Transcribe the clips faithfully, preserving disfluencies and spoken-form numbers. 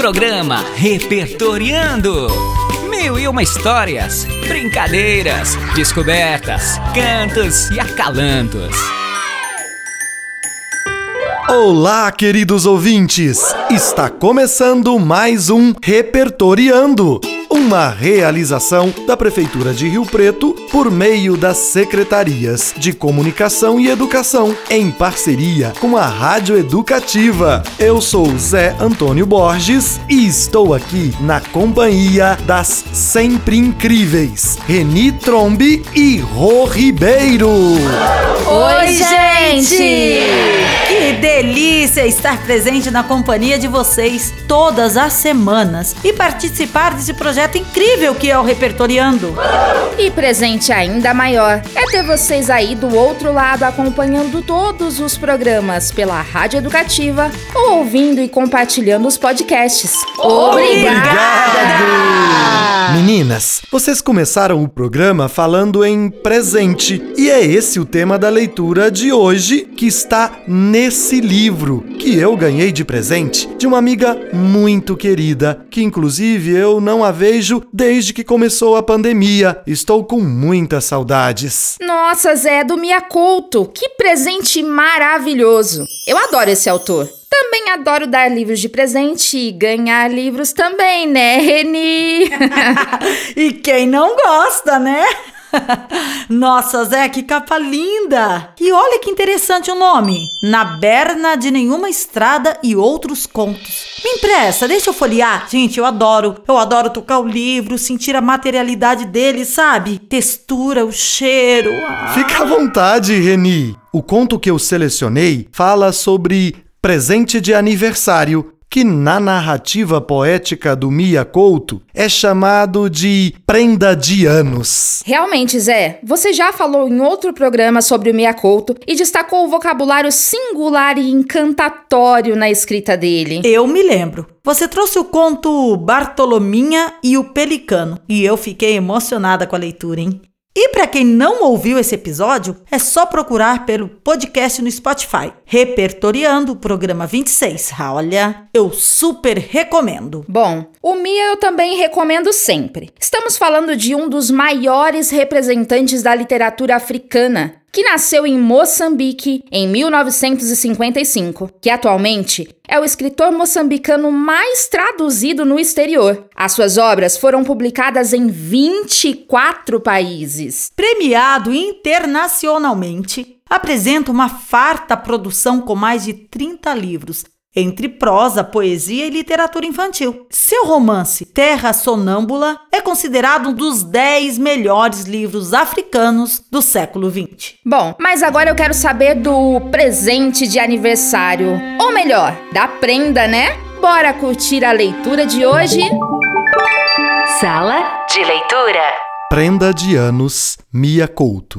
Programa Repertoriando. Mil e uma histórias, brincadeiras, descobertas, cantos e acalantos. Olá, queridos ouvintes! Está começando mais um Repertoriando, uma realização da Prefeitura de Rio Preto por meio das Secretarias de Comunicação e Educação, em parceria com a Rádio Educativa. Eu sou Zé Antônio Borges e estou aqui na companhia das sempre incríveis Reni Trombi e Rô Ribeiro. Oi, gente! Que delícia estar presente na companhia de vocês todas as semanas e participar desse projeto incrível que é o Repertoriando. E presente ainda maior é ter vocês aí do outro lado acompanhando todos os programas pela Rádio Educativa ou ouvindo e compartilhando os podcasts. Obrigada! Meninas, vocês começaram o programa falando em presente e é esse o tema da leitura de hoje, que está nesse livro que eu ganhei de presente de uma amiga muito querida, que inclusive eu não a vejo desde que começou a pandemia. Estou com muitas saudades. Nossa, Zé, do Mia Couto, que presente maravilhoso! Eu adoro esse autor. Também adoro dar livros de presente e ganhar livros também, né, Reni? E quem não gosta, né? Nossa, Zé, que capa linda! E olha que interessante o nome. Na Berna de Nenhuma Estrada e Outros Contos. Me empresta, deixa eu folhear. Gente, eu adoro. Eu adoro tocar o livro, sentir a materialidade dele, sabe? Textura, o cheiro. Ah. Fica à vontade, Reni. O conto que eu selecionei fala sobre presente de aniversário, que na narrativa poética do Mia Couto é chamado de prenda de anos. Realmente, Zé, você já falou em outro programa sobre o Mia Couto e destacou o vocabulário singular e encantatório na escrita dele. Eu me lembro. Você trouxe o conto Bartolominha e o Pelicano e eu fiquei emocionada com a leitura, hein? E para quem não ouviu esse episódio, é só procurar pelo podcast no Spotify. Repertoriando, programa vinte e seis. Olha, eu super recomendo. Bom, o Mia eu também recomendo sempre. Estamos falando de um dos maiores representantes da literatura africana, que nasceu em Moçambique em mil novecentos e cinquenta e cinco, que atualmente é o escritor moçambicano mais traduzido no exterior. As suas obras foram publicadas em vinte e quatro países. Premiado internacionalmente, apresenta uma farta produção com mais de trinta livros, entre prosa, poesia e literatura infantil. Seu romance, Terra Sonâmbula, é considerado um dos dez melhores livros africanos do século vinte. Bom, mas agora eu quero saber do presente de aniversário. Ou melhor, da prenda, né? Bora curtir a leitura de hoje? Sala de leitura. Prenda de anos, Mia Couto.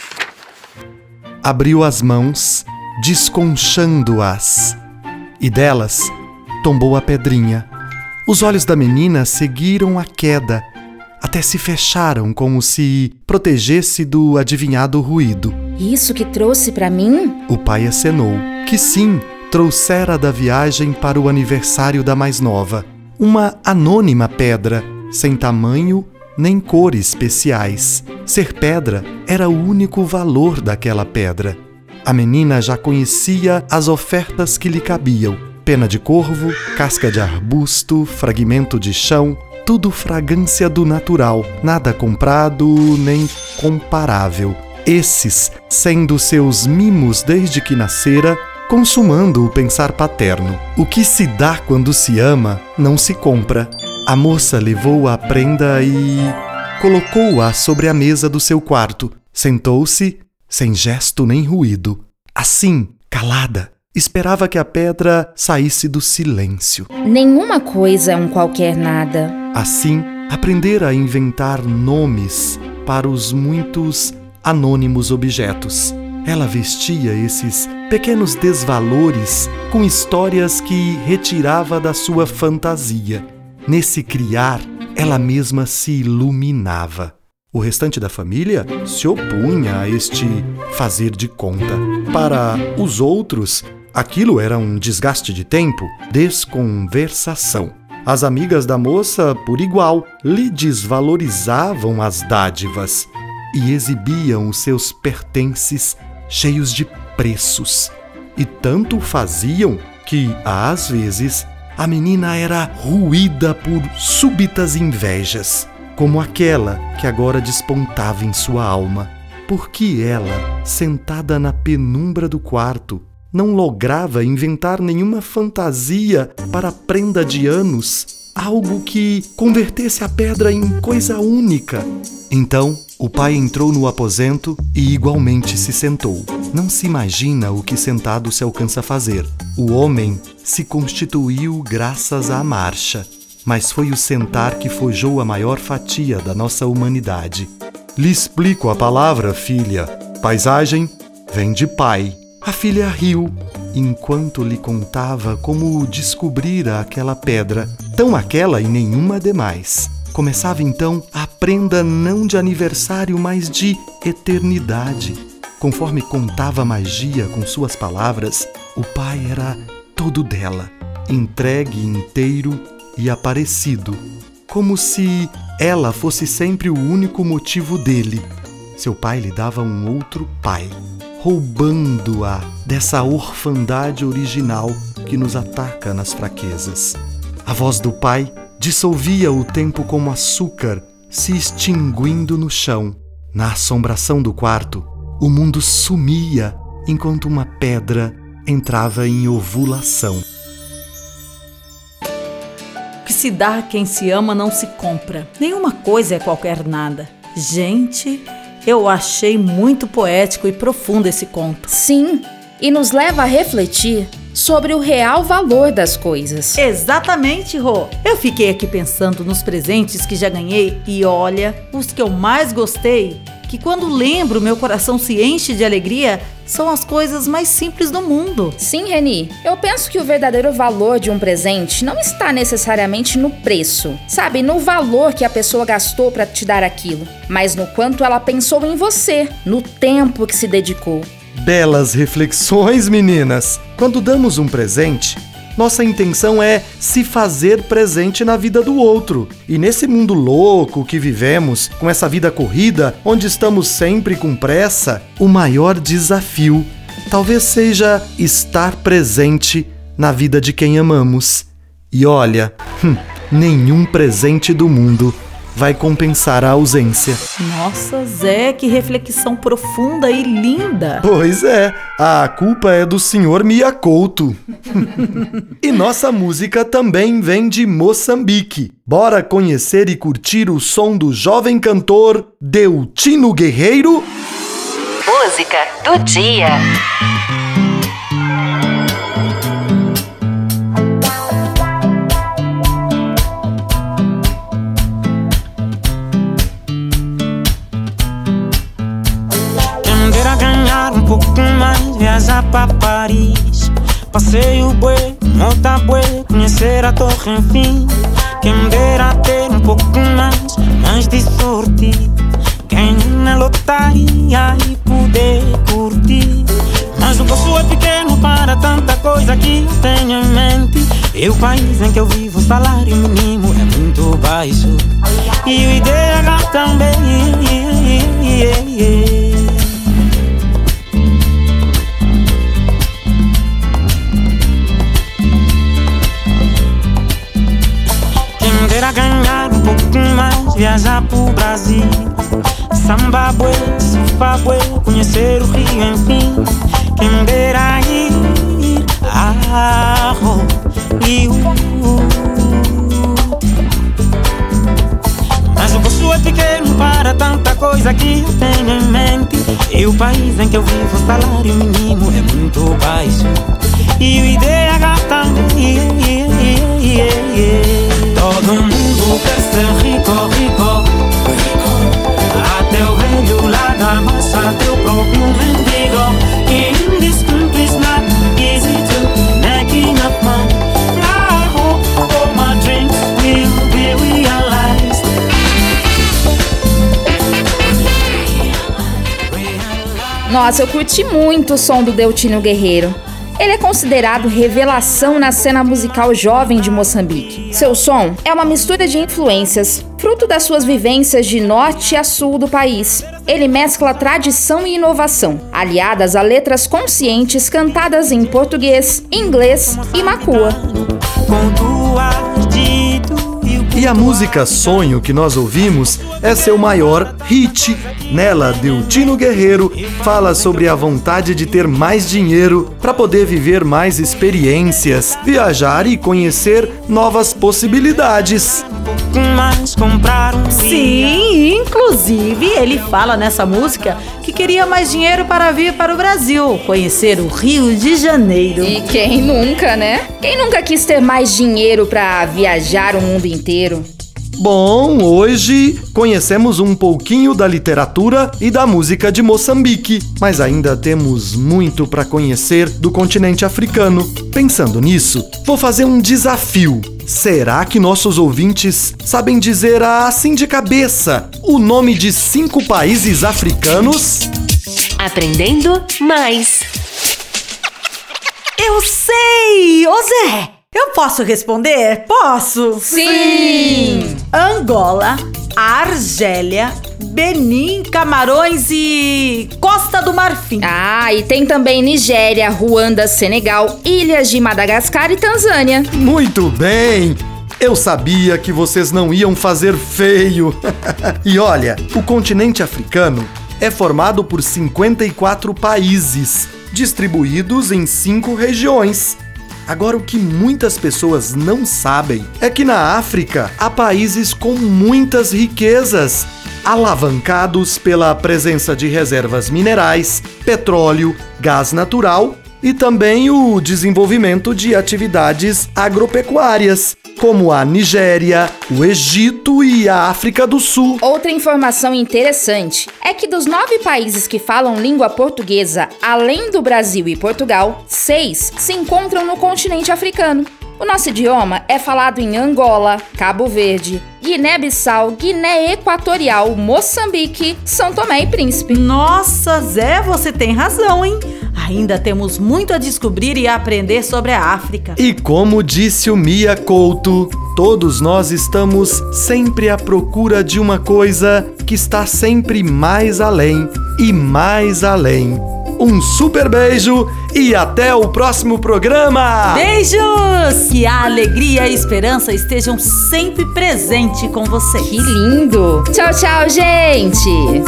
Abriu as mãos, desconchando-as, e delas tombou a pedrinha. Os olhos da menina seguiram a queda, até se fecharam como se protegesse do adivinhado ruído. Isso que trouxe pra mim? O pai acenou, que sim, trouxera da viagem para o aniversário da mais nova. Uma anônima pedra, sem tamanho nem cor especiais. Ser pedra era o único valor daquela pedra. A menina já conhecia as ofertas que lhe cabiam. Pena de corvo, casca de arbusto, fragmento de chão, tudo fragrância do natural, nada comprado nem comparável. Esses sendo seus mimos desde que nascera, consumando o pensar paterno. O que se dá quando se ama, não se compra. A moça levou a prenda e colocou-a sobre a mesa do seu quarto. Sentou-se, sem gesto nem ruído. Assim, calada, esperava que a pedra saísse do silêncio. Nenhuma coisa é um qualquer nada. Assim, aprendera a inventar nomes para os muitos anônimos objetos. Ela vestia esses pequenos desvalores com histórias que retirava da sua fantasia. Nesse criar, ela mesma se iluminava. O restante da família se opunha a este fazer de conta. Para os outros, aquilo era um desgaste de tempo, desconversação. As amigas da moça, por igual, lhe desvalorizavam as dádivas e exibiam os seus pertences cheios de preços. E tanto faziam que, às vezes, a menina era roída por súbitas invejas, como aquela que agora despontava em sua alma, porque ela, sentada na penumbra do quarto, não lograva inventar nenhuma fantasia para a prenda de anos, algo que convertesse a pedra em coisa única. Então, o pai entrou no aposento e igualmente se sentou. Não se imagina o que sentado se alcança a fazer. O homem se constituiu graças à marcha, mas foi o sentar que forjou a maior fatia da nossa humanidade. Lhe explico a palavra, filha. Paisagem vem de pai. A filha riu, enquanto lhe contava como descobrira aquela pedra, tão aquela e nenhuma demais. Começava então a prenda não de aniversário, mas de eternidade. Conforme contava a magia com suas palavras, o pai era todo dela, entregue inteiro e aparecido, como se ela fosse sempre o único motivo dele. Seu pai lhe dava um outro pai, roubando-a dessa orfandade original que nos ataca nas fraquezas. A voz do pai dissolvia o tempo como açúcar, se extinguindo no chão. Na assombração do quarto, o mundo sumia enquanto uma pedra entrava em ovulação. O que se dá a quem se ama não se compra. Nenhuma coisa é qualquer nada. Gente, eu achei muito poético e profundo esse conto. Sim, e nos leva a refletir sobre o real valor das coisas. Exatamente, Rô. Eu fiquei aqui pensando nos presentes que já ganhei e olha, os que eu mais gostei, que quando lembro meu coração se enche de alegria, são as coisas mais simples do mundo. Sim, Reni, eu penso que o verdadeiro valor de um presente não está necessariamente no preço, sabe, no valor que a pessoa gastou para te dar aquilo, mas no quanto ela pensou em você, no tempo que se dedicou. Belas reflexões, meninas! Quando damos um presente, nossa intenção é se fazer presente na vida do outro. E nesse mundo louco que vivemos, com essa vida corrida, onde estamos sempre com pressa, o maior desafio talvez seja estar presente na vida de quem amamos. E olha, hum, nenhum presente do mundo vai compensar a ausência. Nossa, Zé, que reflexão profunda e linda! Pois é, a culpa é do senhor Miyakoto. E nossa música também vem de Moçambique. Bora conhecer e curtir o som do jovem cantor Deltino Guerreiro? Música do dia. Um pouco mais, viajar pra Paris. Passeio bué, monta bué, conhecer a torre enfim. Quem me dera ter um pouco mais, mais de sorte. Ganhar na lotaria e poder curtir. Mas o bolso é pequeno para tanta coisa que tenho em mente. E o país em que eu vivo, o salário mínimo é muito baixo. E o I D H também. Yeah, yeah, yeah. A ganhar um pouco mais, viajar pro Brasil. Samba bué, surfa bué, conhecer o Rio, enfim. Quem me dera ir, ah, oh, e uh, mas o bolso é pequeno para tanta coisa que eu tenho em mente. E o país em que eu vivo, o salário mínimo é muito baixo. E o I D H também, yeah, yeah, yeah, yeah. Todo mundo quer ser rico, rico. Até o velho lá da massa, até o próprio mendigo. In this country it's not easy to make enough money. I hope all my dreams will be realized. Nossa, eu curti muito o som do Deltino Guerreiro. Ele é considerado revelação na cena musical jovem de Moçambique. Seu som é uma mistura de influências, fruto das suas vivências de norte a sul do país. Ele mescla tradição e inovação, aliadas a letras conscientes cantadas em português, inglês e macua. E a música Sonho que nós ouvimos é seu maior hit. Nela, Deltino Guerreiro fala sobre a vontade de ter mais dinheiro para poder viver mais experiências, viajar e conhecer novas possibilidades. Sim, inclusive ele fala nessa música que queria mais dinheiro para vir para o Brasil, conhecer o Rio de Janeiro. E quem nunca, né? Quem nunca quis ter mais dinheiro para viajar o mundo inteiro? Bom, hoje conhecemos um pouquinho da literatura e da música de Moçambique, mas ainda temos muito para conhecer do continente africano. Pensando nisso, vou fazer um desafio. Será que nossos ouvintes sabem dizer assim de cabeça o nome de cinco países africanos? Aprendendo mais. Eu sei! Ô Zé, eu posso responder? Posso? Sim! Angola, Argélia, Benin, Camarões e Costa do Marfim. Ah, e tem também Nigéria, Ruanda, Senegal, Ilhas de Madagascar e Tanzânia. Muito bem! Eu sabia que vocês não iam fazer feio. E olha, o continente africano é formado por cinquenta e quatro países, distribuídos em cinco regiões. Agora, o que muitas pessoas não sabem é que na África há países com muitas riquezas, alavancados pela presença de reservas minerais, petróleo, gás natural e também o desenvolvimento de atividades agropecuárias, como a Nigéria, o Egito e a África do Sul. Outra informação interessante é que dos nove países que falam língua portuguesa, além do Brasil e Portugal, seis se encontram no continente africano. O nosso idioma é falado em Angola, Cabo Verde, Guiné-Bissau, Guiné Equatorial, Moçambique, São Tomé e Príncipe. Nossa, Zé, você tem razão, hein? Ainda temos muito a descobrir e a aprender sobre a África. E como disse o Mia Couto, todos nós estamos sempre à procura de uma coisa que está sempre mais além e mais além. Um super beijo e até o próximo programa! Beijos! Que a alegria e a esperança estejam sempre presentes com vocês. Que lindo! Tchau, tchau, gente!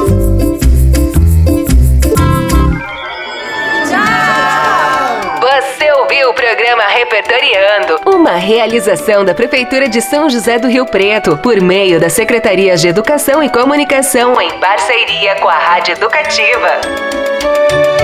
Você ouviu o programa Repertoriando, uma realização da Prefeitura de São José do Rio Preto, por meio das Secretarias de Educação e Comunicação, em parceria com a Rádio Educativa.